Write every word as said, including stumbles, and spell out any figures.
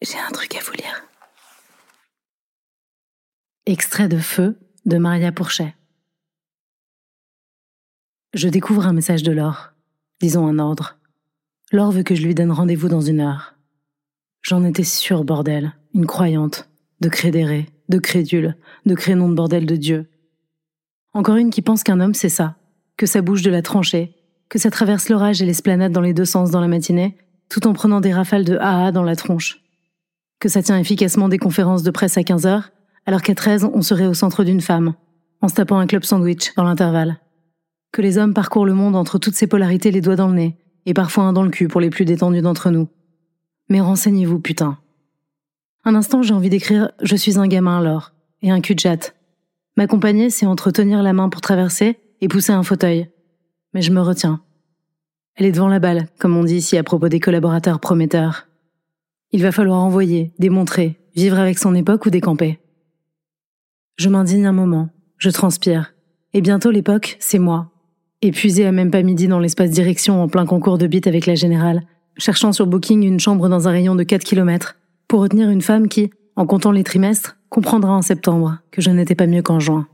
J'ai un truc à vous lire. Extrait de Feu de Maria Pourchet. Je découvre un message de Laure, disons un ordre. Laure veut que je lui donne rendez-vous dans une heure. J'en étais sûre, bordel, une croyante, de crédérée, de crédule, de crénon de bordel de Dieu. Encore une qui pense qu'un homme c'est ça, que ça bouge de la tranchée, que ça traverse l'orage et l'esplanade dans les deux sens dans la matinée, tout en prenant des rafales de A A dans la tronche. Que ça tient efficacement des conférences de presse à quinze heures, alors qu'à treize, on serait au centre d'une femme, en se tapant un club sandwich dans l'intervalle. Que les hommes parcourent le monde entre toutes ces polarités les doigts dans le nez, et parfois un dans le cul pour les plus détendus d'entre nous. Mais renseignez-vous, putain. Un instant, j'ai envie d'écrire « Je suis un gamin, alors » et un cul de jatte. M'accompagner, c'est entre tenir la main pour traverser et pousser un fauteuil. Mais je me retiens. Elle est devant la balle, comme on dit ici à propos des collaborateurs prometteurs. Il va falloir envoyer, démontrer, vivre avec son époque ou décamper. Je m'indigne un moment, je transpire. Et bientôt l'époque, c'est moi. Épuisée à même pas midi dans l'espace direction en plein concours de beat avec la générale, cherchant sur Booking une chambre dans un rayon de quatre kilomètres, pour retenir une femme qui, en comptant les trimestres, comprendra en septembre que je n'étais pas mieux qu'en juin.